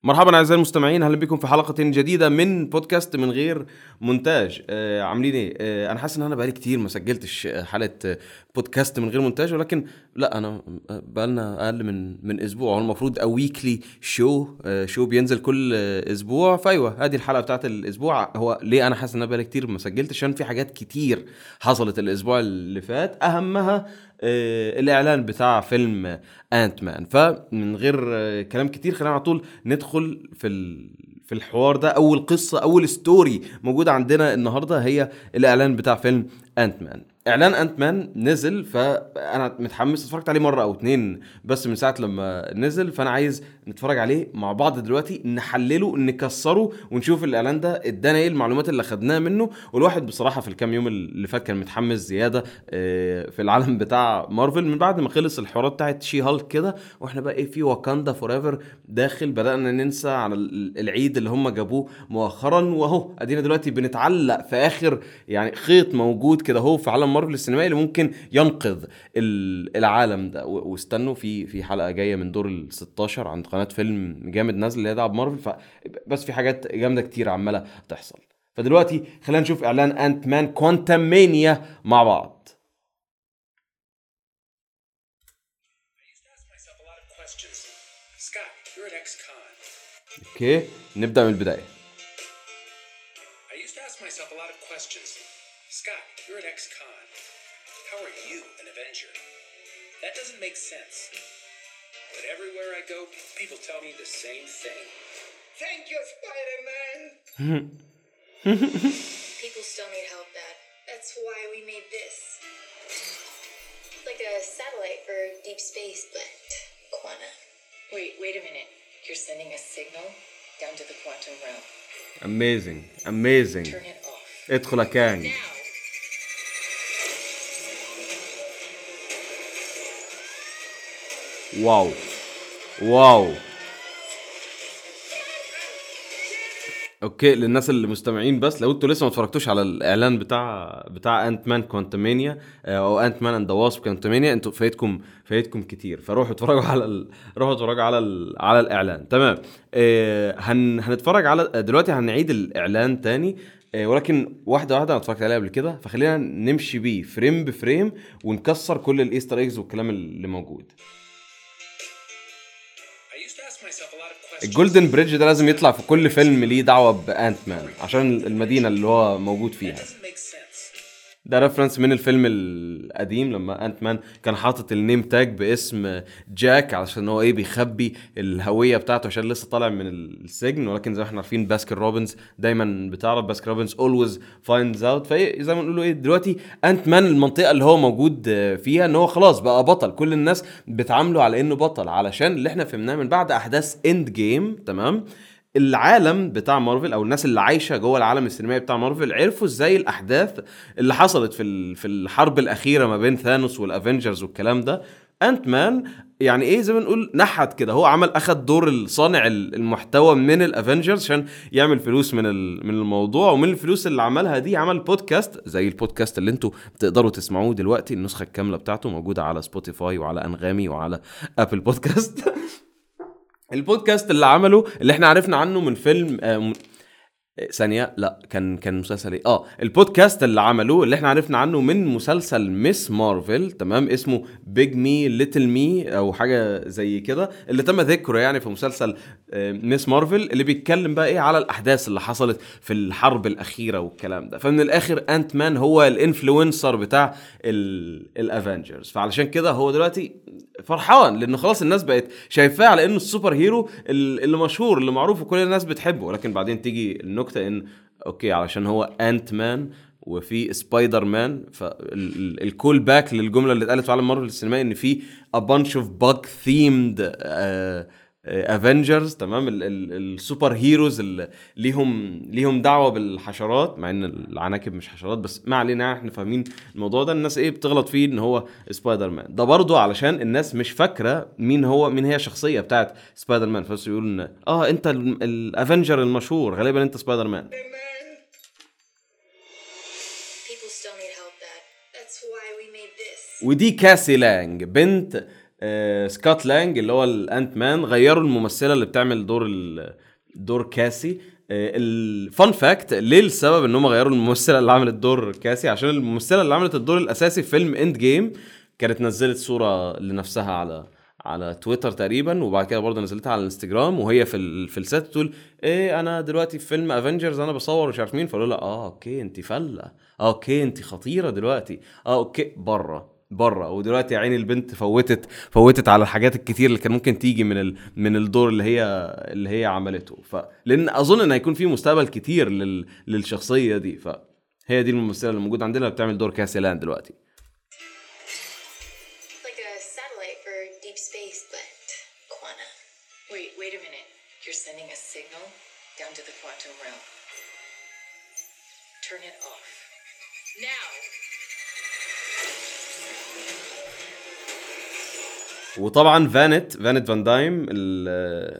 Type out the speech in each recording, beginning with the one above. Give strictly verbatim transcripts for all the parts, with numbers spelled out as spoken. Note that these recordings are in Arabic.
مرحبا اعزائي المستمعين، اهلا بكم في حلقه جديده من بودكاست من غير مونتاج. آه عاملين ايه؟ آه انا حاسس ان انا بقالي كتير ما سجلتش آه، حلقه آه، بودكاست من غير مونتاج، ولكن لا انا آه، بقالنا اقل من من اسبوع. هو المفروض او ويكلي شو آه شو بينزل كل آه، اسبوع. فايوه هذه الحلقه بتاعت الاسبوع. هو ليه انا حاسس ان انا بقالي كتير ما سجلتش؟ عشان في حاجات كتير حصلت الاسبوع اللي فات، اهمها آه الاعلان بتاع فيلم انت مان. فمن غير آه، كلام كتير خلينا على طول ندخل في ال... في الحوار ده. اول قصه اول ستوري موجوده عندنا النهارده هي الاعلان بتاع فيلم انت مان. اعلان انت مان نزل، فانا متحمس. اتفرجت عليه مره او اتنين بس من ساعه لما نزل، فانا عايز نتفرج عليه مع بعض دلوقتي، نحلله نكسره ونشوف الاعلان ده ادانا ايه، المعلومات اللي خدناها منه. والواحد بصراحه في الكام يوم اللي فات كان متحمس زياده آه، في العالم بتاع مارفل من بعد ما خلص الحوارات بتاعت شي هالك كده، واحنا بقى ايه في واكاندا فور ايفر داخل. بدأنا ننسى على ال- العيد اللي هم جابوه مؤخرا، واهو ادينا دلوقتي بنتعلق في اخر يعني خيط موجود كده اهو في عالم مارفل السينمائي اللي ممكن ينقذ ال- العالم ده. و- واستنوا في في حلقة جاية من دور ال ستاشر عند قناة فيلم جامد نازل اللي هي دعوة بمارفل. ف بس في حاجات جامدة كتير عمالة تحصل. فدلوقتي خلينا نشوف اعلان انت مان كوانتمانيا مع بعض. Scott, you're an ex-con. اوكي نبدأ من البداية. I used to ask myself a lot of questions. Scott, you're an ex-con. How are you an Avenger? That doesn't make sense. But everywhere I go, people tell me the same thing. Thank you, Spider-Man! People still need help, Dad. That's why we made this. It's like a satellite for deep space, but quantum. Wait, wait a minute. You're sending a signal down to the quantum realm. amazing amazing. Turn it off. ادخل يا كانج. Now, واو واو. اوكي للناس اللي مستمعين، بس لو انتوا لسه ما اتفرجتوش على الاعلان بتاع بتاع انت مان كوانتمانيا او انت مان اند ذا واسب كوانتمانيا، انتوا فايتكم فايتكم كتير. فروحوا اتفرجوا على ال... روحوا اتفرجوا على ال... على الاعلان. تمام. آه هن... هنتفرج على دلوقتي هنعيد الاعلان تاني، آه ولكن واحده واحده. انا اتفرجت عليه قبل كده، فخلينا نمشي بيه فريم بفريم ونكسر كل الايستر ايجز والكلام اللي موجود. I used to ask myself a lot of questions. الجولدن بريدج ده لازم يطلع في كل فيلم ليه دعوه بانت مان عشان المدينه اللي هو موجود That فيها. doesn't make sense. ده ريفرنس من الفيلم القديم لما انت مان كان حاطط النيم تاج باسم جاك علشان هو ايه بيخبي الهويه بتاعته عشان لسه طالع من السجن. ولكن زي ما احنا عارفين باسكر روبنز دايما بتعرف، باسكر روبنز always finds out. فايه زي ما نقوله ايه دلوقتي انت مان المنطقه اللي هو موجود فيها ان هو خلاص بقى بطل، كل الناس بتعامله على انه بطل علشان اللي احنا فهمناه من بعد احداث اند جيم. تمام. العالم بتاع مارفل او الناس اللي عايشه جوه العالم السينمائي بتاع مارفل عرفوا ازاي الاحداث اللي حصلت في ال- في الحرب الاخيره ما بين ثانوس والافنجرز والكلام ده. انت مان يعني ايه زي ما نقول نحت كده، هو عمل اخد دور الصانع ال- المحتوى من الافنجرز عشان يعمل فلوس من ال- من الموضوع. ومن الفلوس اللي عملها دي عمل بودكاست زي البودكاست اللي انتوا بتقدروا تسمعوه دلوقتي. النسخه الكامله بتاعته موجوده على سبوتيفاي وعلى انغامي وعلى ابل بودكاست. البودكاست اللي عمله اللي احنا عرفنا عنه من فيلم آه م- ثانية لا كان كان مسلسل ايه اه البودكاست اللي عملوه اللي احنا عرفنا عنه من مسلسل ميس مارفل. تمام. اسمه بيج مي ليتل مي او حاجة زي كده، اللي تم ذكره يعني في مسلسل آه، ميس مارفل، اللي بيتكلم بقى ايه على الاحداث اللي حصلت في الحرب الاخيرة والكلام ده. فمن الاخر انت مان هو الانفلونسر بتاع الافنجرز، فعلشان كده هو دلوقتي فرحان لانه خلاص الناس بقت شايفاه على انه السوبر هيرو ال- اللي مشهور اللي معروف وكل الناس بتحبه. ولكن بعدين تيجي النكته ان اوكي علشان هو انت مان وفي سبايدر مان، فالكول باك للجمله اللي اتقالت في عالم مارفل السينمائي ان في a bunch of bug themed افنجرز. تمام. ال- ال- السوبر هيروز اللي ليهم ليهم دعوه بالحشرات، مع ان العناكب مش حشرات بس ما علينا احنا فاهمين الموضوع ده. الناس ايه بتغلط فيه ان هو سبايدر مان ده برضو علشان الناس مش فاكره مين هو مين هي الشخصيه بتاعت سبايدر مان، فبس يقولوا ان اه انت ال- الافنجر المشهور غالبا انت سبايدر مان. people still need help, Dad. That's why we made this. ودي كاسي لانج بنت آه سكوت لانج اللي هو الانت مان غيروا الممثله اللي بتعمل دور ال... دور كاسي. الفان فاكت ليه السبب ان هم غيروا الممثله اللي عملت دور كاسي؟ عشان الممثله اللي عملت الدور الاساسي في فيلم اند جيم كانت نزلت صوره لنفسها على على تويتر تقريبا، وبعد كده برضه نزلتها على الانستجرام، وهي في ال... في السيت تقول ايه انا دلوقتي في فيلم افنجرز انا بصور مش عارف مين، فقالوا لها اه اوكي انت فله، اه اوكي انت خطيره دلوقتي، اه اوكي بره بره. ودلوقتي يا عيني البنت فوتت فوتت على الحاجات الكتير اللي كان ممكن تيجي من ال... من الدور اللي هي اللي هي عملته. ف لان اظن ان هيكون في مستقبل كتير لل... للشخصيه دي، فهي دي الممثله اللي موجوده عندنا اللي بتعمل دور كاسي لان دلوقتي. Like a satellite for deep space, but quantum. Wait, wait a minute. You're sending a signal down to the quantum realm. Turn it off. Now! وطبعا فانت فانت فان دايم ال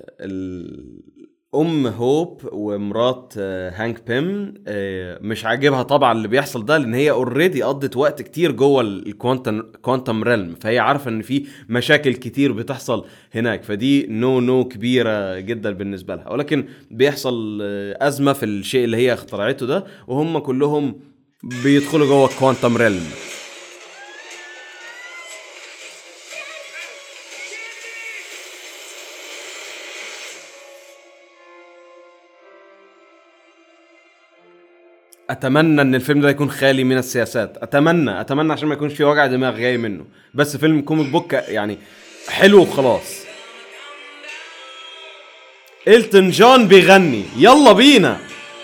الام هوب ومرات هانك بيم مش عاجبها طبعا اللي بيحصل ده، لان هي اوريدي قضت وقت كتير جوه الكوانتم كوانتم ريلم، فهي عارفه ان في مشاكل كتير بتحصل هناك، فدي نو نو كبيره جدا بالنسبه لها. ولكن بيحصل ازمه في الشيء اللي هي اخترعته ده، وهم كلهم بيدخلوا جوه الكوانتم ريلم. اتمنى ان الفيلم ده يكون خالي من السياسات، اتمنى اتمنى عشان ما يكونش فيه وجع دماغ جاي منه، بس فيلم كوميك بوك يعني حلو وخلاص. إلتون جون بيغني، يلا بينا.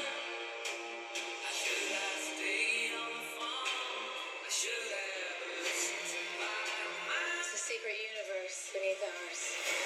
It's a secret universe beneath ours.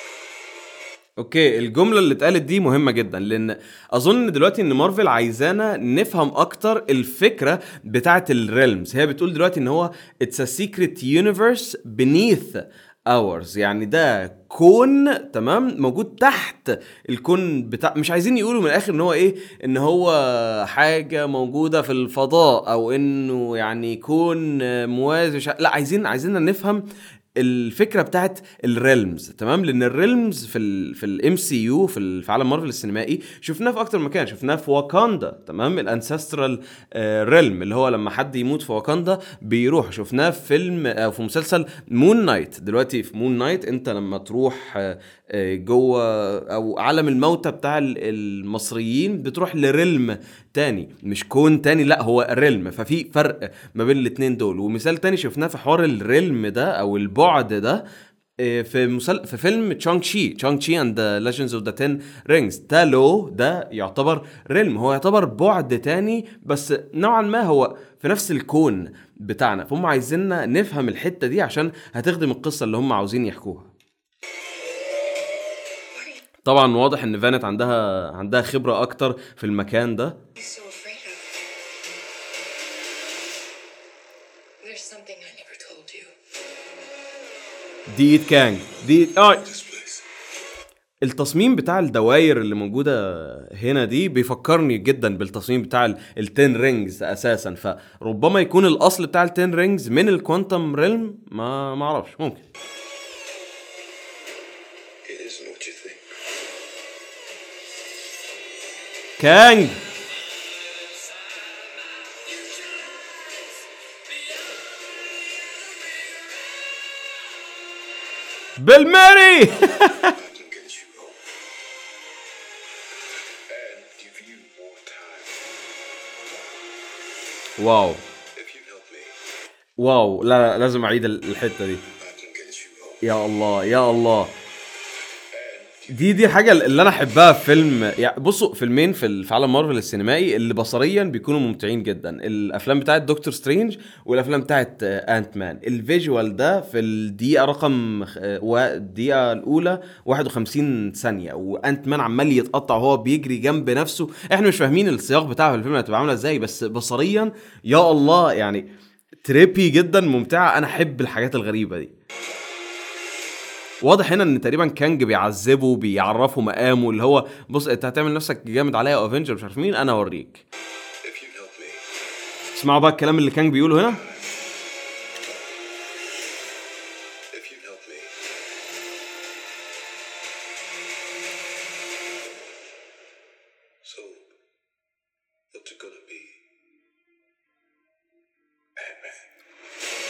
اوكي الجمله اللي اتقالت دي مهمه جدا، لان اظن دلوقتي ان مارفل عايزانا نفهم اكتر الفكره بتاعه الريلمز. هي بتقول دلوقتي ان هو اتس ا سيكريت يونيفرس beneath ours، يعني ده كون تمام موجود تحت الكون بتاع، مش عايزين يقولوا من الاخر ان هو ايه، ان هو حاجه موجوده في الفضاء او انه يعني كون موازي، لا عايزين عايزيننا نفهم الفكره بتاعت الريلمز تمام. لان الريلمز في ال في الام سي يو في في عالم مارفل السينمائي شفناه في اكتر مكان، شفناه في واكاندا تمام، الانسسترال ريلم اللي هو لما حد يموت في واكاندا بيروح، شفناه في فيلم او في مسلسل مون نايت. دلوقتي في مون نايت انت لما تروح جوه او عالم الموتى بتاع المصريين بتروح لريلم تاني، مش كون تاني، لا هو ريلم، ففي فرق ما بين الاتنين دول. ومثال تاني شفناه في حوار الريلم ده او البعد ده في مسل... في فيلم تشانغ شي تشانغ شي اند ليجندز اوف ذا تن رينجز. تالو ده يعتبر ريلم، هو يعتبر بعد تاني بس نوعا ما هو في نفس الكون بتاعنا، فهم عايزيننا نفهم الحتة دي عشان هتخدم القصة اللي هم عاوزين يحكوها. طبعا واضح ان فانت عندها عندها خبرة اكتر في المكان ده. You're so afraid of. There's something I never told you. دي ايد كانج دي اه التصميم بتاع الدوائر اللي موجودة هنا دي بيفكرني جدا بالتصميم بتاع التين رينجز اساسا، فربما يكون الاصل بتاع التين رينجز من الكوانتم ريلم، ما ما اعرفش، ممكن. It isn't what you think. كانج بالماري I can get you home. And give you more time. واو If you help me, واو لا, لا لازم اعيد الحتة دي. I can get you home. يا الله يا الله، دي دي حاجه اللي انا احبها في فيلم. يعني بصوا فيلمين في في عالم مارفل السينمائي اللي بصريا بيكونوا ممتعين جدا، الافلام بتاعه دكتور سترينج والافلام بتاعه انت مان. الفيجوال ده في الدقيقه رقم الدقيقه الاولى واحد وخمسين ثانيه وانت مان عمال يتقطع وهو بيجري جنب نفسه، احنا مش فاهمين السياق بتاعه الفيلم هتبقى عامله ازاي، بس بصريا يا الله يعني تريبي جدا ممتعه. انا احب الحاجات الغريبه دي. واضح هنا ان تقريبا كانج بيعذبه بيعرفه مقامه، اللي هو بص انت هتعمل نفسك جامد عليا او افنجر مش عارف مين، انا اوريك. If you help me, اسمعوا بقى الكلام اللي كانج بيقوله هنا. if you help me,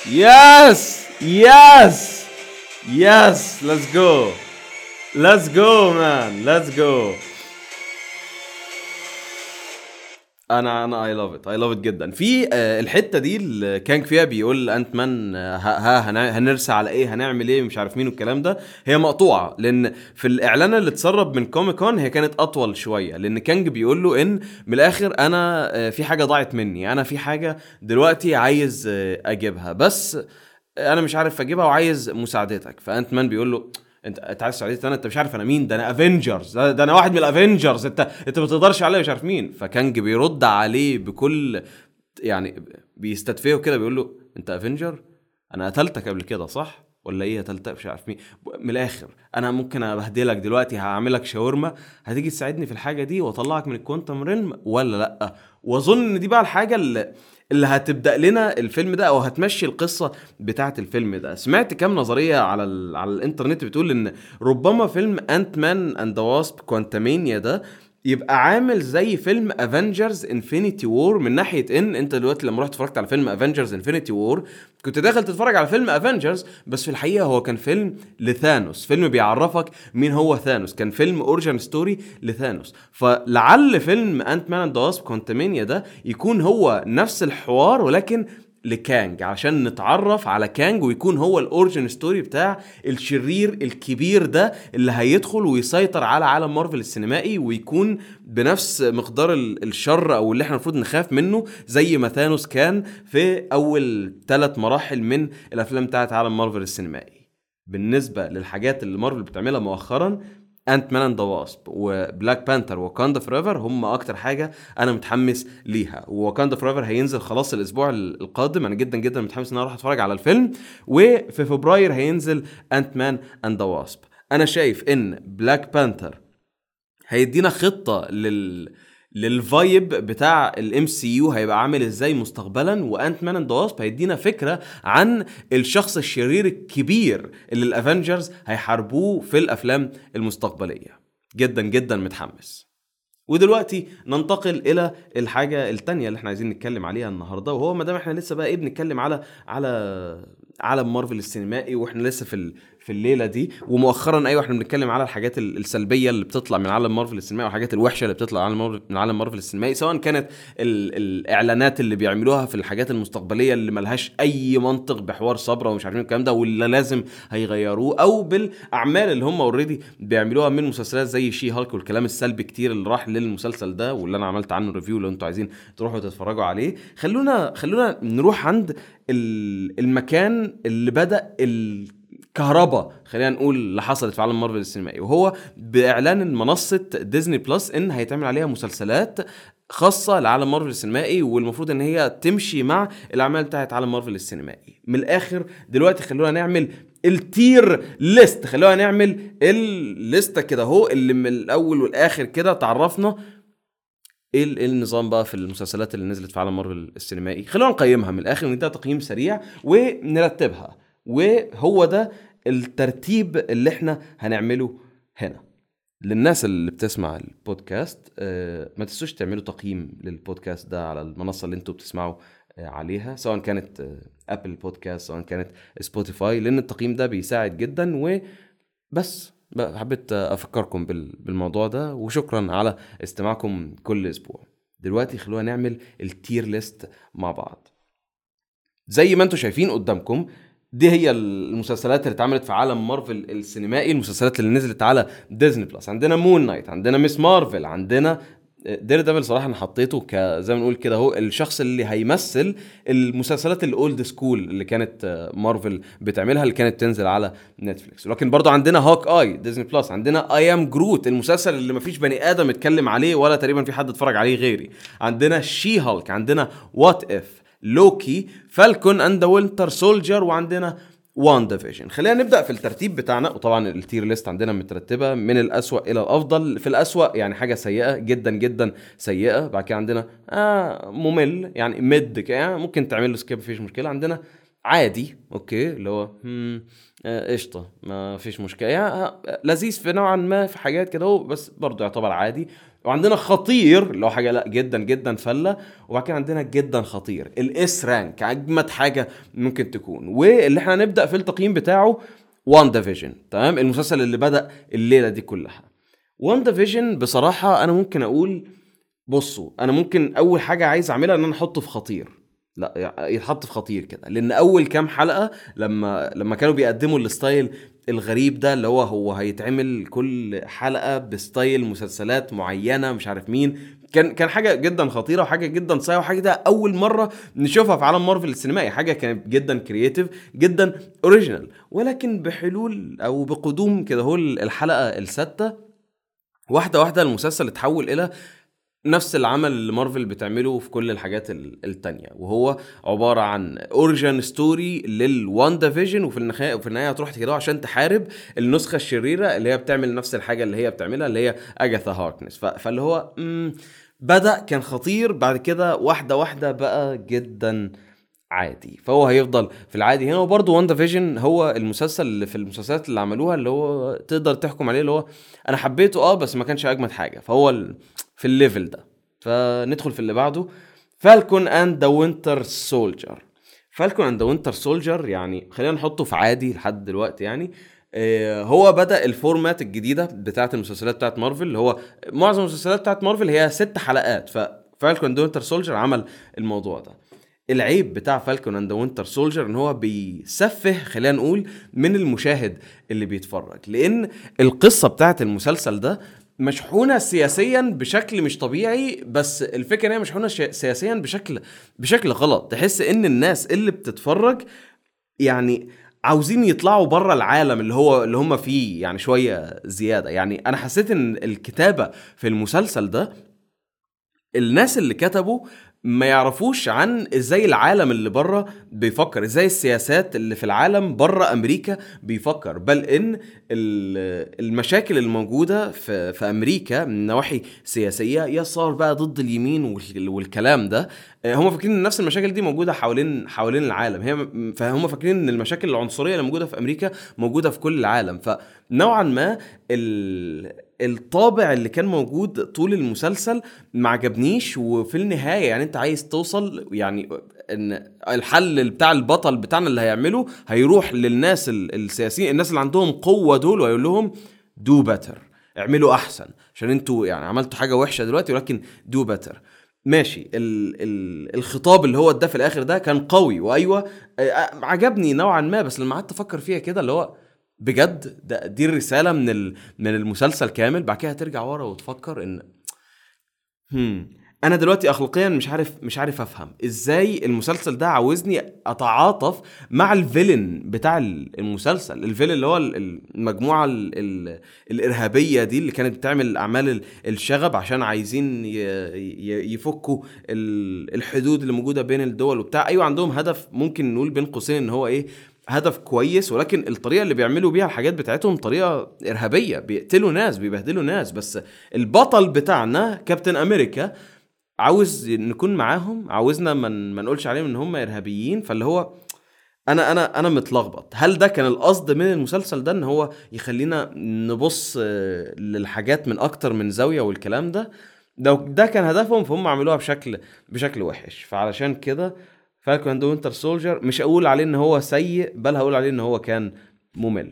يس يس يس let's go let's go man let's go. انا انا اي لاف ات اي لاف ات جدا. في آه الحته دي اللي كان فيها بيقول انت مان آه ها هن- هنرسى على ايه، هنعمل ايه، مش عارف مين والكلام ده، هي مقطوعه لان في الاعلان اللي اتسرب من كوميكون هي كانت اطول شويه، لان كانج بيقول له ان من الاخر انا آه في حاجه ضاعت مني، انا في حاجه دلوقتي عايز آه اجيبها، بس انا مش عارف اجيبها وعايز مساعدتك. فانت مان بيقول له انت انت عايز ساعدتي انا؟ انت مش عارف انا مين؟ ده انا افنجرز، ده, ده انا واحد من الافنجرز، انت انت ما تقدرش عليا، مش عارف مين. فكانج بيرد عليه بكل يعني بيستدفيه كده، بيقول له انت افنجر؟ انا قتلتك قبل كده صح ولا ايه؟ قتلتك مش عارف مين. من الاخر انا ممكن ابهدلك دلوقتي، هعملك شاورما، هتيجي تساعدني في الحاجه دي واطلعك من الكوانتم ريلم ولا لا؟ واظن ان دي بقى الحاجه اللي اللي هتبدا لنا الفيلم ده او هتمشي القصه بتاعه الفيلم ده. سمعت كام نظريه على ال... على الانترنت بتقول ان ربما فيلم انت مان اند ذا واسب كوانتامينيا ده يبقى عامل زي فيلم افنجرز انفينيتي وور، من ناحيه ان انت دلوقتي لما رحت اتفرجت على فيلم افنجرز انفينيتي وور كنت داخل تتفرج على فيلم افنجرز، بس في الحقيقه هو كان فيلم لثانوس، فيلم بيعرفك مين هو ثانوس، كان فيلم اوريجين ستوري لثانوس. فلعل فيلم انت مان اند ذا واسب كوانتامينيا ده يكون هو نفس الحوار ولكن لكانج، عشان نتعرف على كانج ويكون هو الاوريجين ستوري بتاع الشرير الكبير ده اللي هيدخل ويسيطر على عالم مارفل السينمائي، ويكون بنفس مقدار ال- الشر او اللي احنا المفروض نخاف منه زي ما ثانوس كان في اول ثلاث مراحل من الافلام بتاعت عالم مارفل السينمائي. بالنسبه للحاجات اللي مارفل بتعملها مؤخرا، انت مان اند ذا واسب وبلاك بانثر وواكاندا فوريفر هم اكتر حاجه انا متحمس ليها. وواكاندا فوريفر هينزل خلاص الاسبوع ال- القادم، انا جدا جدا متحمس ان انا اروح اتفرج على الفيلم. وفي فبراير هينزل انت مان اند ذا واسب. انا شايف ان بلاك بانثر هيدينا خطه لل للفايب بتاع الام سي يو هيبقى عامل ازاي مستقبلا، وانت مان اند واسب هيدينا فكره عن الشخص الشرير الكبير اللي الافنجرز هيحاربوه في الافلام المستقبليه. جدا جدا متحمس. ودلوقتي ننتقل الى الحاجه التانية اللي احنا عايزين نتكلم عليها النهارده، وهو ما دام احنا لسه بقى ايه بنتكلم على على عالم مارفل السينمائي واحنا لسه في ال... في الليله دي، ومؤخرا ايوه احنا بنتكلم على الحاجات ال- السلبيه اللي بتطلع من عالم مارفل السينمائي والحاجات الوحشه اللي بتطلع عن مارفل- من عالم مارفل السينمائي، سواء كانت ال... الاعلانات اللي بيعملوها في الحاجات المستقبليه اللي ملهاش اي منطق بحوار صبره ومش عارفين الكلام ده واللي لازم هيغيروه، او بالاعمال اللي هم اوريدي بيعملوها من مسلسلات زي شي هالك والكلام السلبي كتير اللي راح للمسلسل ده واللي انا عملت عنه ريفيو لو انتوا عايزين تروحوا تتفرجوا عليه. خلونا خلونا نروح عند ال- المكان اللي بدأ الكهرباء خلينا نقول اللي حصلت في عالم مارفل السينمائي، وهو باعلان منصه ديزني بلس ان هيتعمل عليها مسلسلات خاصه لعالم مارفل السينمائي، والمفروض ان هي تمشي مع الاعمال بتاعت عالم مارفل السينمائي. من الاخر دلوقتي خلونا نعمل التير ليست، خلونا نعمل الليسته كده اهو اللي من الاول والاخر كده تعرفنا ايه ال- إيه النظام بقى في المسلسلات اللي نزلت في عالم مارفل السينمائي. خلونا نقيمها من الاخر ونديها تقييم سريع ونرتبها، وهو ده الترتيب اللي احنا هنعمله هنا. للناس اللي بتسمع البودكاست آه، ما تنسوش تعملوا تقييم للبودكاست ده على المنصة اللي انتوا بتسمعوا آه، عليها، سواء كانت آه، ابل بودكاست سواء كانت سبوتيفاي، لان التقييم ده بيساعد جدا. وبس بقى حبيت افكركم بال- بالموضوع ده، وشكرا على استماعكم كل اسبوع. دلوقتي خلونا نعمل التير ليست مع بعض. زي ما انتم شايفين قدامكم دي هي المسلسلات اللي اتعملت في عالم مارفل السينمائي، المسلسلات اللي نزلت على ديزني بلس. عندنا مون نايت، عندنا ميس مارفل، عندنا دير ديفل. صراحه انا حطيته ك زي ما نقول كده هو الشخص اللي هيمثل المسلسلات الاولد سكول اللي كانت مارفل بتعملها اللي كانت تنزل على نتفليكس. ولكن برضو عندنا هوك اي ديزني بلس، عندنا اي ام جروت المسلسل اللي مفيش بني ادم اتكلم عليه ولا تقريبا في حد اتفرج عليه غيري، عندنا شي هالك، عندنا وات اف، لوكي، فالكون اند ذا وينتر سولجر، وعندنا وان ديفيجن. خلينا نبدا في الترتيب بتاعنا، وطبعا التير ليست عندنا مترتبه من الاسوأ الى الافضل. في الاسوأ يعني حاجه سيئه جدا جدا سيئه، بعد كده عندنا آه ممل يعني ميد يعني ممكن تعمل له سكيب مفيش مشكله، عندنا عادي اوكي اللي هو هم آه، قشطه ما فيش مشكله يعني آه، لذيذ في نوعا ما في حاجات كده هو، بس برضه يعتبر عادي. وعندنا خطير اللي هو حاجه لا جدا جدا فله. وبعد كده عندنا جدا خطير الاس رانك اجمد حاجه ممكن تكون، واللي احنا نبدا في التقييم بتاعه واندا فيجن. تمام، المسلسل اللي بدا الليله دي كلها واندا فيجن. بصراحه انا ممكن اقول بصوا، انا ممكن اول حاجه عايز اعملها ان انا احطه في خطير. لا يتحط في خطير كده، لان اول كام حلقه لما لما كانوا بيقدموا الستايل الغريب ده اللي هو هو هيتعمل كل حلقه بستايل مسلسلات معينه مش عارف مين، كان كان حاجه جدا خطيره وحاجه جدا صايعه وحاجه ده اول مره نشوفها في عالم مارفل السينمائي. حاجه كانت جدا كرييتيف جدا اوريجينال، ولكن بحلول او بقدوم كده هو الحلقه السادسه واحده واحده المسلسل اتحول الى نفس العمل اللي مارفل بتعمله في كل الحاجات التانية، وهو عبارة عن اوريجين ستوري للواندا فيجن، وفي النهاية وفي النهاية هتروح كده عشان تحارب النسخة الشريرة اللي هي بتعمل نفس الحاجة اللي هي بتعملها اللي هي اجاثا هاركنس. فاللي هو بدأ كان خطير، بعد كده واحدة واحدة بقى جدا عادي، فهو هيفضل في العادي هنا. وبرضه واندا فيجن هو المسلسل اللي في المسلسلات اللي عملوها اللي هو تقدر تحكم عليه اللي هو انا حبيته اه بس ما كانش اجمد حاجة، فهو في الليفل ده. فندخل في اللي بعده، فالكون اند ذا وينتر سولجر. فالكون اند ذا وينتر سولجر يعني خلينا نحطه في عادي لحد دلوقتي يعني. آه هو بدأ الفورمات الجديدة بتاعت المسلسلات بتاعت مارفل، اللي هو معظم المسلسلات بتاعت مارفل هي ست حلقات، ففالكون اند ذا وينتر سولجر عمل الموضوع ده. العيب بتاع فالكون اند ذا وينتر سولجر ان هو بيسفه خلينا نقول من المشاهد اللي بيتفرج، لان القصة بتاعت المسلسل ده مشحونة سياسيا بشكل مش طبيعي، بس الفكرة ان هي مشحونة سياسيا بشكل بشكل غلط. تحس ان الناس اللي بتتفرج يعني عاوزين يطلعوا بره العالم اللي هو اللي هم فيه يعني شوية زيادة. يعني انا حسيت ان الكتابة في المسلسل ده الناس اللي كتبوا ما يعرفوش عن ازاي العالم اللي بره بيفكر، ازاي السياسات اللي في العالم بره امريكا بيفكر، بل ان المشاكل الموجودة في, في امريكا من نواحي سياسية يسار بقى ضد اليمين والكلام ده، هم فاكرين ان نفس المشاكل دي موجودة حوالين حوالين العالم. هي فهم فاكرين ان المشاكل العنصرية اللي موجودة في امريكا موجودة في كل العالم. فنوعا ما الطابع اللي كان موجود طول المسلسل ما عجبنيش. وفي النهاية يعني انت عايز توصل يعني ان الحل بتاع البطل بتاعنا اللي هيعمله هيروح للناس السياسيين الناس اللي عندهم قوة دول ويقول لهم do better، اعملوا احسن عشان انتوا يعني عملتوا حاجة وحشة دلوقتي ولكن do better. ماشي. ال ال الخطاب اللي هو ده في الاخر ده كان قوي وايوه عجبني نوعا ما، بس لما قعدت افكر فيها كده اللي هو بجد ده دي الرسالة من ال من المسلسل كامل. بعد كده ترجع ورا وتفكر ان هم انا دلوقتي اخلاقيا مش عارف مش عارف افهم ازاي المسلسل ده عاوزني اتعاطف مع الفيلن بتاع المسلسل، الفيلن اللي هو المجموعه ال ال الارهابيه دي اللي كانت بتعمل اعمال الشغب عشان عايزين يفكوا الحدود اللي موجوده بين الدول وبتاع. ايوه عندهم هدف ممكن نقول بين قوسين ان هو ايه هدف كويس، ولكن الطريقه اللي بيعملوا بيها الحاجات بتاعتهم طريقه ارهابيه، بيقتلوا ناس بيبهدلوا ناس. بس البطل بتاعنا كابتن امريكا عاوز نكون معاهم، عاوزنا من ما نقولش عليهم ان هم ارهابيين. فاللي هو انا انا انا متلخبط. هل ده كان القصد من المسلسل ده ان هو يخلينا نبص للحاجات من اكتر من زاويه والكلام ده؟ لو ده كان هدفهم فهم عملوها بشكل بشكل وحش. فعلشان كده فالكون اند وينتر سولجر مش هقول عليه ان هو سيء، بل هقول عليه ان هو كان ممل.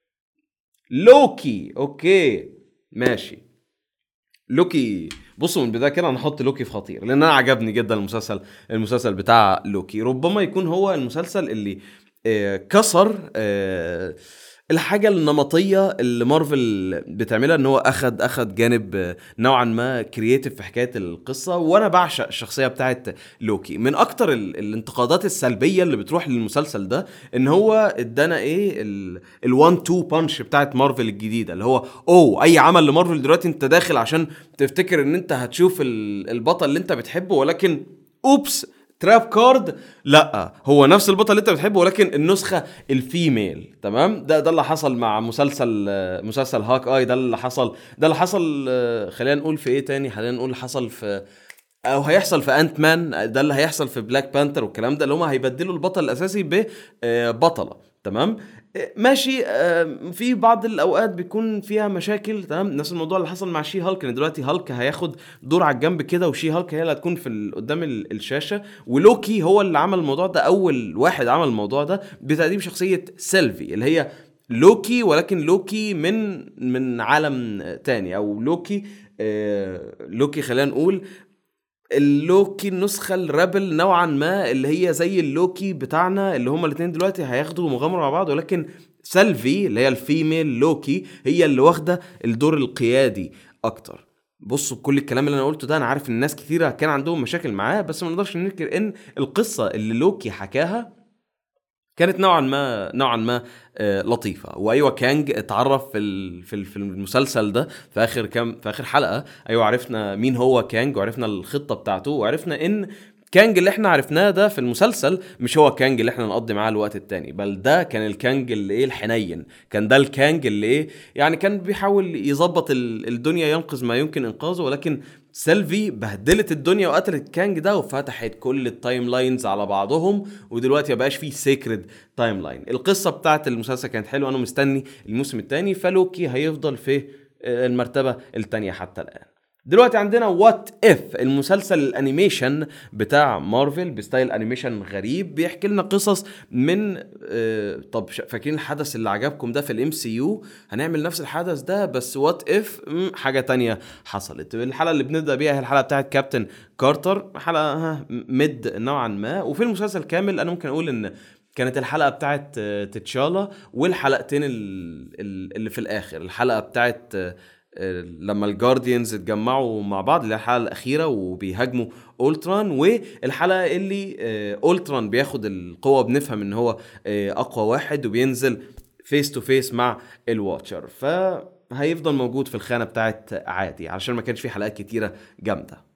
لوكي اوكي ماشي. لوكي بصوا من البدايه كده انا هحط لوكي في خطير، لان انا عجبني جدا المسلسل المسلسل بتاع لوكي. ربما يكون هو المسلسل اللي آه كسر آه الحاجه النمطيه اللي مارفل بتعملها، ان هو اخد اخد جانب نوعا ما كرييتيف في حكايه القصه. وانا بعشق الشخصيه بتاعت لوكي. من اكتر الانتقادات السلبيه اللي بتروح للمسلسل ده ان هو ادانا ايه الوان تو بانش بتاعت مارفل الجديده، اللي هو اوه اي عمل لمارفل دلوقتي انت داخل عشان تفتكر ان انت هتشوف البطل اللي انت بتحبه، ولكن اوبس تراب كارد لا هو نفس البطل اللي انت بتحبه ولكن النسخه الفيميل. تمام. ده ده اللي حصل مع مسلسل مسلسل هاك اي. ده اللي حصل ده اللي حصل خلينا نقول في ايه تاني خلينا نقول حصل في او هيحصل في انت مان، ده اللي هيحصل في بلاك بانتر والكلام ده، اللي هم هيبدلوا البطل الاساسي ببطله. تمام ماشي. في بعض الاوقات بيكون فيها مشاكل. تمام نفس الموضوع اللي حصل مع شي هالك، ان دلوقتي هالك هياخد دور على الجنب كده، وشي هالك هي اللي هتكون في قدام الشاشه، ولوكي هو اللي عمل الموضوع ده، اول واحد عمل الموضوع ده بتقديم شخصيه سيلفي اللي هي لوكي، ولكن لوكي من من عالم تاني، او لوكي آه لوكي خلينا نقول اللوكي النسخة الرابل نوعا ما، اللي هي زي اللوكي بتاعنا، اللي هما الاثنين دلوقتي هياخدوا مغامرة مع بعض، ولكن سيلفي اللي هي الفيميل لوكي هي اللي واخدة الدور القيادي اكتر. بصوا بكل الكلام اللي انا قلته ده، انا عارف ان الناس كثيرة كان عندهم مشاكل معاه، بس ما نقدرش ننكر ان القصة اللي لوكي حكاها كانت نوعا ما نوعا ما آه لطيفه. وايوه كانج اتعرف في في في المسلسل ده في اخر كام في اخر حلقه. ايوه عرفنا مين هو كانج، وعرفنا الخطه بتاعته، وعرفنا ان كانج اللي احنا عرفناه ده في المسلسل مش هو كانج اللي احنا نقضي معاه الوقت التاني، بل ده كان الكانج اللي ايه الحنين، كان ده الكانج اللي ايه يعني كان بيحاول يظبط الدنيا، ينقذ ما يمكن انقاذه. ولكن سيلفي بهدلت الدنيا وقتلت كانج ده، وفتحت كل التايم لاينز على بعضهم، ودلوقتي مبقاش فيه سيكريد تايم لاين. القصه بتاعت المسلسل كانت حلوه، انا مستني الموسم الثاني، فلوكي هيفضل في المرتبه الثانيه حتى الان. دلوقتي عندنا وات اف، المسلسل الانيميشن بتاع مارفل بستايل انيميشن غريب، بيحكي لنا قصص من آه طب فاكرين الحدث اللي عجبكم ده في الام سي يو؟ هنعمل نفس الحدث ده بس وات اف حاجه تانية حصلت. الحلقه اللي بنبدا بيها هي الحلقه بتاعت كابتن كارتر، حلقه مد نوعا ما. وفي المسلسل كامل انا ممكن اقول ان كانت الحلقه بتاعت تتشالا، والحلقتين اللي في الاخر الحلقه بتاعت لما الجارديانز اتجمعوا مع بعض، اللي الحلقه الاخيره وبيهاجموا اولتران، والحلقه اللي اولتران بياخد القوه، بنفهم ان هو اقوى واحد وبينزل فيس تو فيس مع الواتشر. فهيفضل موجود في الخانه بتاعت عادي علشان ما كانش فيه حلقات كتيره جامده.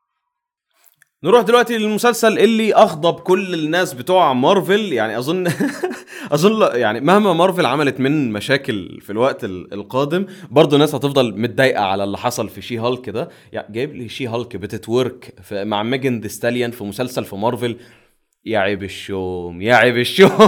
نروح دلوقتي للمسلسل اللي اغضب كل الناس بتوع مارفل. يعني اظن اظن يعني مهما مارفل عملت من مشاكل في الوقت القادم، برضو الناس هتفضل متضايقه على اللي حصل في شي هالك ده. يعني جايب لي شي هالك بتتورك مع ميجان دي ستاليان في مسلسل في مارفل، يا عيب الشوم يا عيب الشوم.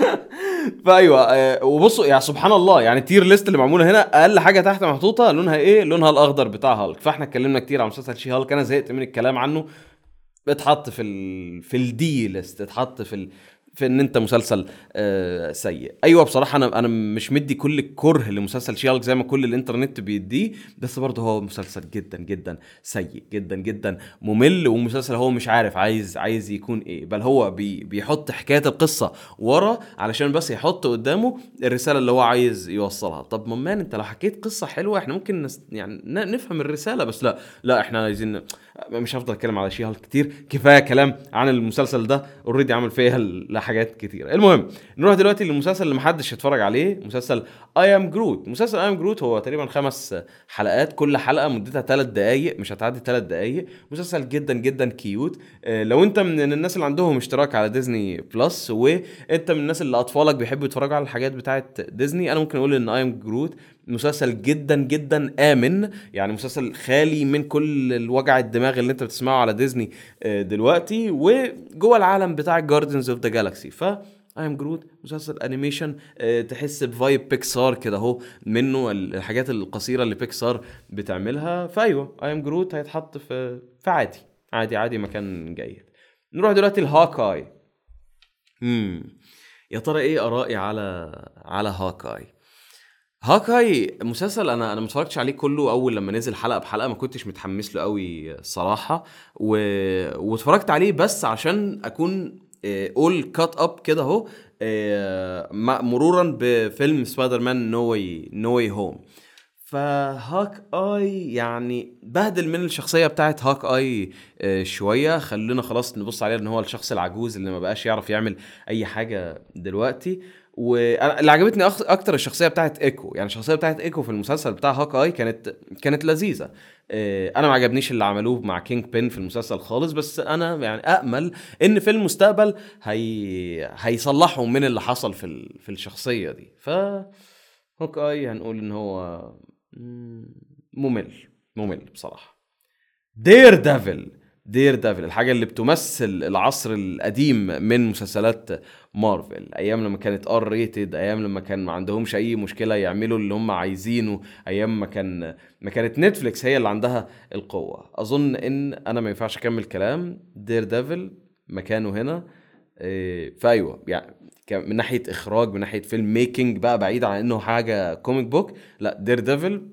فايوه وبصوا يعني سبحان الله، يعني التير ليست اللي معموله هنا اقل حاجه تحت محطوطه لونها ايه؟ لونها الاخضر بتاع هالك. فاحنا اتكلمنا كتير عن مسلسل شي هالك، انا زهقت من الكلام عنه، اتحط في ال... في الدي ليست، اتحط في ال... في ان انت مسلسل آه سيء. ايوه بصراحه انا انا مش مدي كل الكره لمسلسل شيالك زي ما كل الانترنت بيديه، بس برضه هو مسلسل جدا جدا سيء، جدا جدا ممل، ومسلسل هو مش عارف عايز عايز يكون ايه، بل هو بي بيحط حكايه القصه ورا علشان بس يحط قدامه الرساله اللي هو عايز يوصلها. طب ممان انت لو حكيت قصه حلوه احنا ممكن نس... يعني نفهم الرساله، بس لا لا احنا عايزين. مش هفضل اتكلم على شيالك كتير، كفايه كلام عن المسلسل ده اوريدي عمل فيها حاجات كتير. المهم نروح دلوقتي للمسلسل اللي محدش يتفرج عليه، مسلسل اي ام جروت. مسلسل اي ام جروت هو تقريبا خمس حلقات، كل حلقه مدتها ثلاث دقائق، مش هتعدي ثلاث دقائق. مسلسل جدا جدا كيوت. آه لو انت من الناس اللي عندهم اشتراك على ديزني بلس، وانت من الناس اللي اطفالك بيحبوا يتفرجوا على الحاجات بتاعت ديزني، انا ممكن اقول ان اي ام جروت مسلسل جدا جدا آمن. يعني مسلسل خالي من كل الوجع الدماغ اللي انت بتسمعه على ديزني دلوقتي، وجوه العالم بتاع جاردنز اوف ذا جالاكسي. ف اي ام جروت مسلسل انيميشن تحس بفايب بيكسار كده اهو، منه الحاجات القصيره اللي بيكسار بتعملها. فايوه اي ام جروت هيتحط في في عادي عادي عادي مكان جيد. نروح دلوقتي لهاكاي. امم يا ترى ايه ارائي على على هاكاي؟ هاكاي مسلسل انا انا ما اتفرجتش عليه كله. اول لما نزل حلقه بحلقه ما كنتش متحمس له قوي صراحه، و... واتفرجت عليه بس عشان اكون اول كات اب كده اهو، مرورا بفيلم سبايدر مان نو واي نو واي هوم. فهاك اي يعني بهدل من الشخصيه بتاعت هاك اي شويه، خلينا خلاص نبص عليه ان هو الشخص العجوز اللي ما بقاش يعرف يعمل اي حاجه دلوقتي. واللي عجبتني اكتر الشخصيه بتاعت ايكو. يعني الشخصيه بتاعت ايكو في المسلسل بتاع هاك اي كانت كانت لذيذه. انا ما عجبنيش اللي عملوه مع كينج بين في المسلسل خالص، بس انا يعني امل ان في المستقبل هي هيصلحوا من اللي حصل في ال... في الشخصيه دي. ف هاك اي هنقول ان هو ممل ممل بصراحه. دير ديفل دير ديفل، الحاجه اللي بتمثل العصر القديم من مسلسلات مارفل، ايام لما كانت ار ريتد، ايام لما كان ما عندهمش اي مشكله يعملوا اللي هم عايزينه، ايام ما كان ما كانت نتفليكس هي اللي عندها القوه. اظن ان انا ما ينفعش اكمل كلام، دير ديفل مكانه هنا. إيه، فايوه يعني من ناحيه اخراج، من ناحيه فيلم ميكنج بقى، بعيد عن انه حاجه كوميك بوك، لا دير ديفل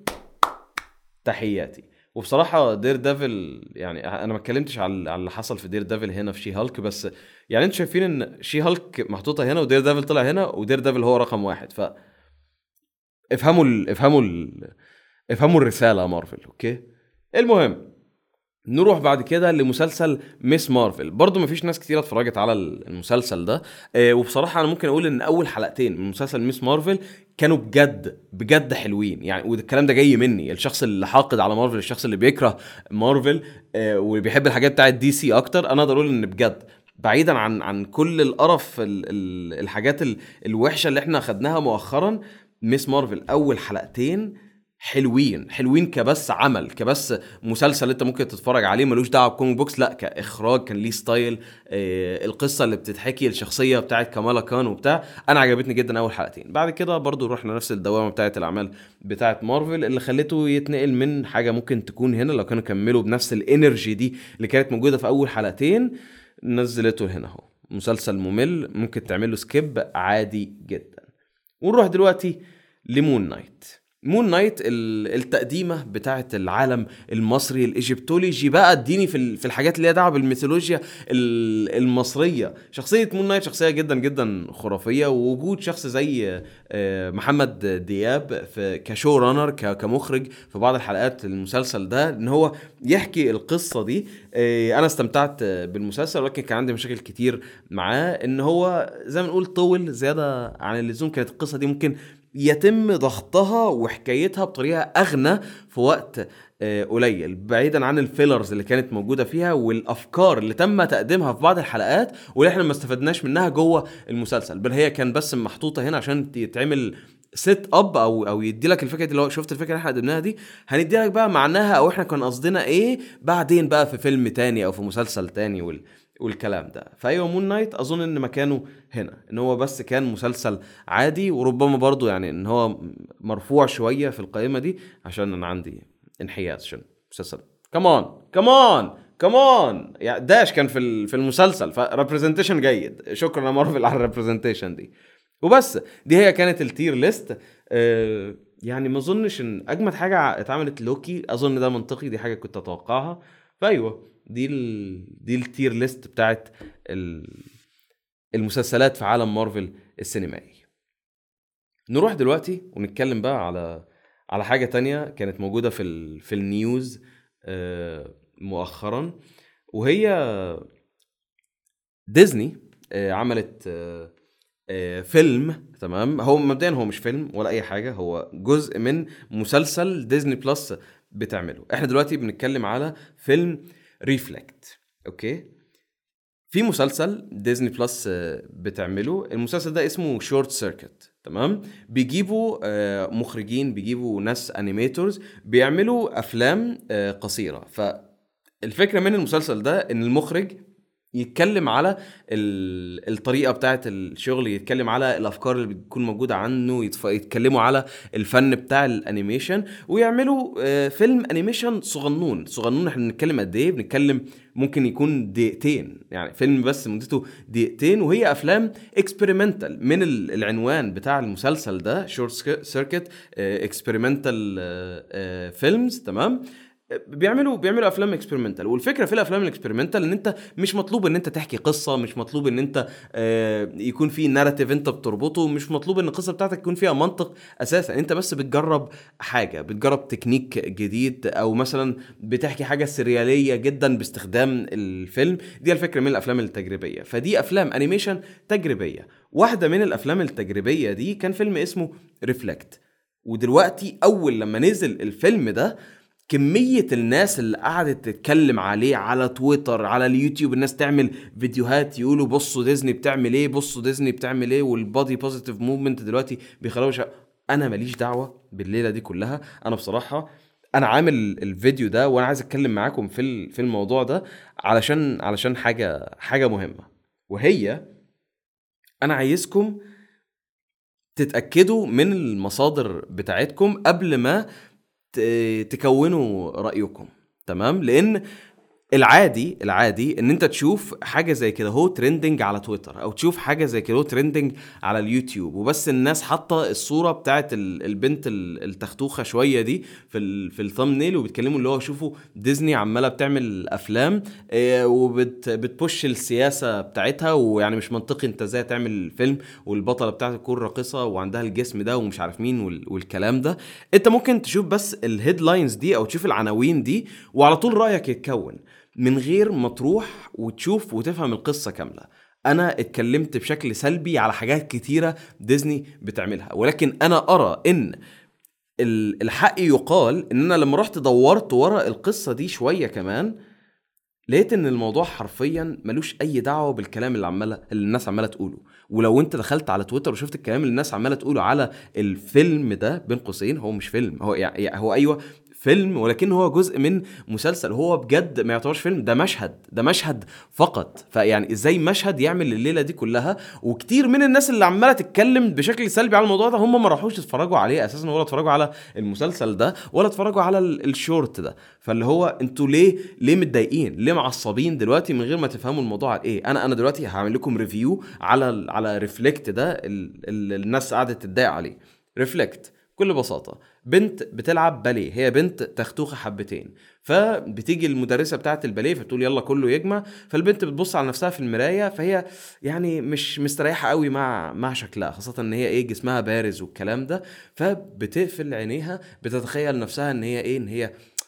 تحياتي. وبصراحه دير ديفل يعني انا ما اتكلمتش على على اللي حصل في دير ديفل هنا في شي هالك، بس يعني انتوا شايفين ان شي هالك محطوطه هنا ودير ديفل طلع هنا، ودير ديفل هو رقم واحد. ف افهموا ال... افهموا ال... افهموا الرساله مارفل. اوكي، المهم نروح بعد كده لمسلسل ميس مارفل. برضو مفيش ناس كتير اتفرجت على المسلسل ده، اه وبصراحة انا ممكن اقول ان اول حلقتين من مسلسل ميس مارفل كانوا بجد بجد حلوين يعني. والكلام ده جاي مني، الشخص اللي حاقد على مارفل، الشخص اللي بيكره مارفل اه وبيحب الحاجات بتاعت دي سي اكتر، انا اقدر اقول ان بجد بعيدا عن عن كل القرف ال ال الحاجات ال الوحشة اللي احنا خدناها مؤخرا، ميس مارفل اول حلقتين حلوين حلوين كبس عمل، كبس مسلسل انت ممكن تتفرج عليه ملوش دعوه بكوميك بوكس، لا كاخراج كان ليه ستايل. آه القصه اللي بتتحكي، الشخصيه بتاعت كامالا كان وبتاع، انا عجبتني جدا اول حلقتين. بعد كده برضو رحنا نفس الدوامه بتاعت الاعمال بتاعت مارفل اللي خلته يتنقل من حاجه ممكن تكون هنا لو كانوا كملوا بنفس الانرجي دي اللي كانت موجوده في اول حلقتين، نزلته هنا اهو مسلسل ممل ممكن تعمله سكيب عادي جدا. ونروح دلوقتي لمون نايت. مون نايت التقديمه بتاعه العالم المصري الايجيبتولوجي بقى، اديني في في الحاجات اللي ليها دعوه بالميثولوجيا المصريه. شخصيه مون نايت شخصيه جدا جدا خرافيه، ووجود شخص زي محمد دياب في كشو رانر كمخرج في بعض الحلقات المسلسل ده، ان هو يحكي القصه دي. انا استمتعت بالمسلسل، ولكن كان عندي مشاكل كتير معاه، ان هو زي ما نقول طول زياده عن اللزوم. كانت القصه دي ممكن يتم ضغطها وحكايتها بطريقة أغنى في وقت قليل، بعيدا عن الفيلرز اللي كانت موجودة فيها والأفكار اللي تم تقديمها في بعض الحلقات واللي احنا ما استفدناش منها جوه المسلسل، بل هي كان بس محطوطة هنا عشان يتعمل سيت اب او او يدي لك الفكره دي. اللي هو شفت الفكره اللي احنا قدمناها دي، هندي لك بقى معناها او احنا كان قصدنا ايه بعدين بقى في فيلم تاني او في مسلسل تاني وال والكلام ده. فايوه مون نايت اظن ان مكانه هنا، ان هو بس كان مسلسل عادي، وربما برضو يعني ان هو مرفوع شويه في القائمه دي عشان انا عندي انحياز عشان مسلسل كمان كمان كمان يعني داش كان في في المسلسل، فريبريزنتيشن جيد. شكرا يا مارفل على الريبريزنتيشن دي. وبس دي هي كانت التير ليست. أه يعني ما اظنش ان اجمد حاجه اتعملت لوكي، اظن ده منطقي، دي حاجه كنت اتوقعها. فايوه دي ال... دي التير ليست بتاعت ال... المسلسلات في عالم مارفل السينمائي. نروح دلوقتي ونتكلم بقى على على حاجه تانية كانت موجوده في ال... في النيوز أه مؤخرا، وهي ديزني أه عملت أه فيلم. تمام، هو مبدئيا هو مش فيلم ولا اي حاجه، هو جزء من مسلسل ديزني بلس بتعمله. احنا دلوقتي بنتكلم على فيلم ريفلكت. اوكي، في مسلسل ديزني بلس بتعمله، المسلسل ده اسمه شورت سيركت. تمام، بيجيبوا مخرجين، بيجيبوا ناس انيميتورز بيعملوا افلام قصيره. فالفكره من المسلسل ده ان المخرج يتكلم على الطريقه بتاعه الشغل، يتكلم على الافكار اللي بتكون موجوده عنه، يتكلموا على الفن بتاع الانيميشن، ويعملوا فيلم انيميشن صغنون صغنون. احنا بنتكلم قد ايه؟ بنتكلم ممكن يكون دقيقتين، يعني فيلم بس مدته دقيقتين، وهي افلام اكسبيرمنتال. من العنوان بتاع المسلسل ده شورت سيركت اكسبيرمنتال فيلمز. تمام، بيعملوا بيعملوا افلام اكسبيرمنتال. والفكره في الافلام الاكسبيرمنتال ان انت مش مطلوب ان انت تحكي قصه، مش مطلوب ان انت آه يكون في ناراتيف انت بتربطه، مش مطلوب ان القصه بتاعتك يكون فيها منطق اساسا. انت بس بتجرب حاجه، بتجرب تكنيك جديد، او مثلا بتحكي حاجه سرياليه جدا باستخدام الفيلم. دي الفكره من الافلام التجريبيه. فدي افلام انيميشن تجريبيه. واحده من الافلام التجريبيه دي كان فيلم اسمه ريفلكت. ودلوقتي اول لما نزل الفيلم ده، كمية الناس اللي قعدت تتكلم عليه على تويتر، على اليوتيوب، الناس تعمل فيديوهات يقولوا بصوا ديزني بتعمل ايه، بصوا ديزني بتعمل ايه، والبادي بوزيتيف موفمنت دلوقتي بيخلوش. انا ماليش دعوة بالليلة دي كلها. انا بصراحة انا عامل الفيديو ده وانا عايز اتكلم معاكم في في الموضوع ده علشان علشان حاجه حاجه مهمه، وهي انا عايزكم تتاكدوا من المصادر بتاعتكم قبل ما تكونوا رايكم. تمام؟ لان العادي العادي ان انت تشوف حاجه زي كده هو ترندنج على تويتر، او تشوف حاجه زي كده هو ترندنج على اليوتيوب، وبس الناس حاطه الصوره بتاعت البنت التختوخه شويه دي في ال في الثامبنيل، وبيتكلموا اللي هو شوفوا ديزني عماله بتعمل افلام وبتبوش السياسه بتاعتها، ويعني مش منطقي انت ازاي تعمل فيلم والبطله بتاعتها تكون راقصه وعندها الجسم ده ومش عارف مين والكلام ده. انت ممكن تشوف بس الهيدلاينز دي او تشوف العناوين دي وعلى طول رايك يتكون من غير ما تروح وتشوف وتفهم القصة كاملة. أنا اتكلمت بشكل سلبي على حاجات كتيرة ديزني بتعملها، ولكن أنا أرى إن الحق يقال إن أنا لما رحت دورت ورا القصة دي شوية كمان لقيت إن الموضوع حرفيا ملوش أي دعوة بالكلام اللي عمالة اللي الناس عمالة تقوله. ولو أنت دخلت على تويتر وشفت الكلام اللي الناس عمالة تقوله على الفيلم ده بين قوسين، هو مش فيلم، هو يعني هو أيوة فيلم ولكن هو جزء من مسلسل، هو بجد ما يعتبرش فيلم، ده مشهد ده مشهد فقط. فيعني ازاي مشهد يعمل الليله دي كلها؟ وكتير من الناس اللي عماله تتكلم بشكل سلبي على الموضوع ده هم ما راحوش يتفرجوا عليه اساسا، ولا اتفرجوا على المسلسل ده ولا اتفرجوا على الشورت ده. فاللي هو انتوا ليه ليه متضايقين، ليه معصبين دلوقتي من غير ما تفهموا الموضوع على ايه؟ انا انا دلوقتي هعمل لكم ريفيو على على ريفلكت ده اللي الناس قاعده تتضايق عليه. ريفلكت بكل بساطه بنت بتلعب باليه، هي بنت تختوخه حبتين، فبتيجي المدرسه بتاعه الباليه فبتقول يلا كله يجمع، فالبنت بتبص على نفسها في المرايه فهي يعني مش مستريحه قوي مع مع شكلها، خاصه ان هي ايه جسمها بارز والكلام ده، فبتقفل عينيها بتتخيل نفسها ان هي ايه ان هي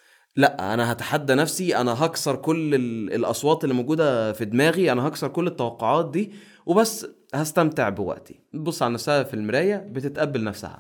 لا انا هتحدى نفسي، انا هكسر كل الاصوات اللي موجوده في دماغي، انا هكسر كل التوقعات دي وبس هستمتع بوقتي. بتبص على نفسها في المرايه بتتقبل نفسها،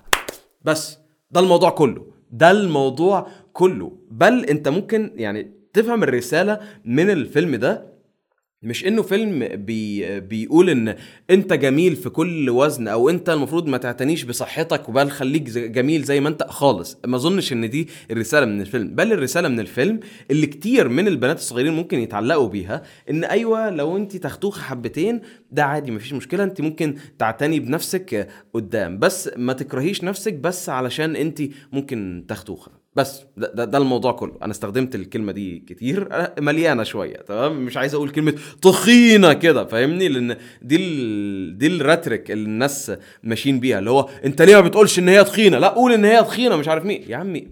بس ده الموضوع كله، ده الموضوع كله. بل انت ممكن يعني تفهم الرسالة من الفيلم ده مش انه فيلم بي بيقول ان انت جميل في كل وزن، او انت المفروض ما تعتنيش بصحتك وبل خليك جميل زي ما انت خالص. ما اظنش ان دي الرسالة من الفيلم، بل الرسالة من الفيلم اللي كتير من البنات الصغيرين ممكن يتعلقوا بيها، ان ايوه لو انت تختوخ حبتين ده عادي مفيش مشكلة، انت ممكن تعتني بنفسك قدام، بس ما تكرهيش نفسك بس علشان انت ممكن تختوخة. بس ده, ده, ده الموضوع كله. انا استخدمت الكلمه دي كتير، مليانه شويه، تمام؟ مش عايز اقول كلمه تخينه كده، فاهمني؟ لان دي ال... دي الراتريك اللي الناس ماشيين بيها، اللي هو انت ليه ما بتقولش ان هي تخينه؟ لا قول ان هي تخينه مش عارف مين. يا عمي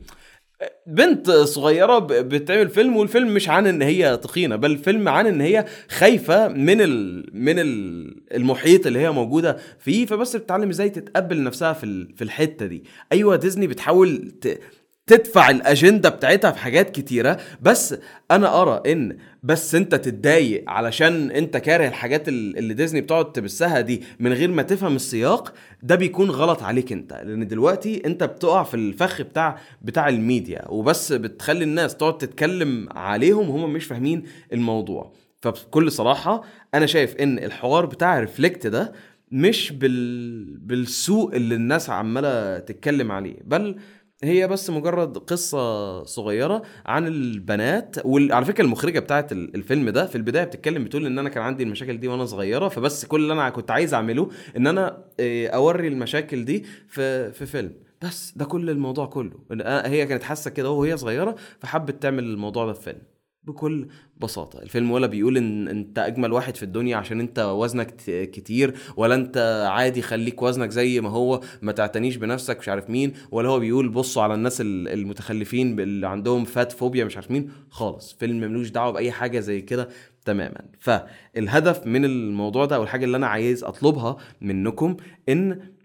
بنت صغيره بتعمل فيلم، والفيلم مش عن ان هي تخينه، بل الفيلم عن ان هي خايفه من ال... من ال... المحيط اللي هي موجوده فيه، فبس بتتعلم ازاي تتقبل نفسها في ال... في الحته دي. ايوه ديزني بتحاول ت... تدفع الأجندة بتاعتها في حاجات كتيرة، بس أنا أرى إن بس أنت تتضايق علشان أنت كاره الحاجات اللي ديزني بتقعد تبثها دي من غير ما تفهم السياق، ده بيكون غلط عليك أنت. لأن دلوقتي أنت بتقع في الفخ بتاع بتاع الميديا، وبس بتخلي الناس تقعد تتكلم عليهم وهم مش فاهمين الموضوع. فبكل صراحة أنا شايف إن الحوار بتاع ريفلكت ده مش بال... بالسوء اللي الناس عمالة تتكلم عليه، بل هي بس مجرد قصة صغيرة عن البنات. وعلى فكرة المخرجة بتاعت الفيلم ده في البداية بتتكلم بتقول ان انا كان عندي المشاكل دي وانا صغيرة، فبس كل اللي انا كنت عايز اعمله ان انا اوري المشاكل دي في في فيلم. بس ده كل الموضوع كله، هي كانت حاسة كده وهي صغيرة فحبت تعمل الموضوع ده في فيلم بكل بساطة. الفيلم ولا بيقول ان انت اجمل واحد في الدنيا عشان انت وزنك كتير، ولا انت عادي خليك وزنك زي ما هو ما تعتنيش بنفسك مش عارف مين، ولا هو بيقول بصوا على الناس المتخلفين اللي عندهم فات فوبيا مش عارف مين. خالص فيلم ملوش دعوة بأي حاجة زي كده تماما. فالهدف من الموضوع ده او الحاجة اللي انا عايز اطلبها منكم ان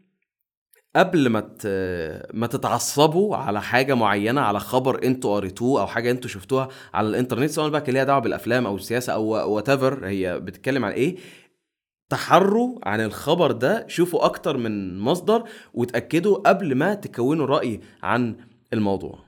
قبل ما ما تتعصبوا على حاجه معينه، على خبر انتوا قريتوه او حاجه انتوا شفتوها على الانترنت، سواء بقى ليها دعوه بالافلام او السياسه او وات ايفر هي بتتكلم عن ايه، تحروا عن الخبر ده، شوفوا اكتر من مصدر وتاكدوا قبل ما تكونوا راي عن الموضوع.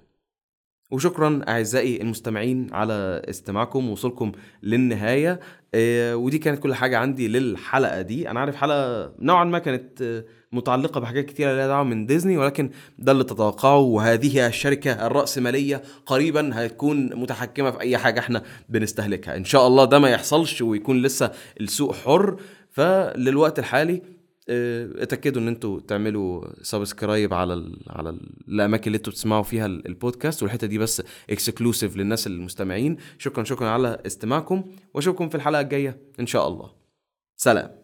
وشكرا اعزائي المستمعين على استماعكم ووصولكم للنهايه. ودي كانت كل حاجه عندي للحلقه دي. انا عارف حلقه نوعا ما كانت متعلقه بحاجات كتيره لها دعوه من ديزني، ولكن ده اللي تتوقعه. وهذه الشركه الرأسماليه قريبا هتكون متحكمه في اي حاجه احنا بنستهلكها. ان شاء الله ده ما يحصلش ويكون لسه السوق حر. فللوقت الحالي اتاكدوا ان انتوا تعملوا سبسكرايب على ال على ال الاماكن اللي انتوا بتسمعوا فيها البودكاست، والحته دي بس اكسكلوسيف للناس المستمعين. شكرا شكرا على استماعكم، واشوفكم في الحلقه الجايه ان شاء الله. سلام.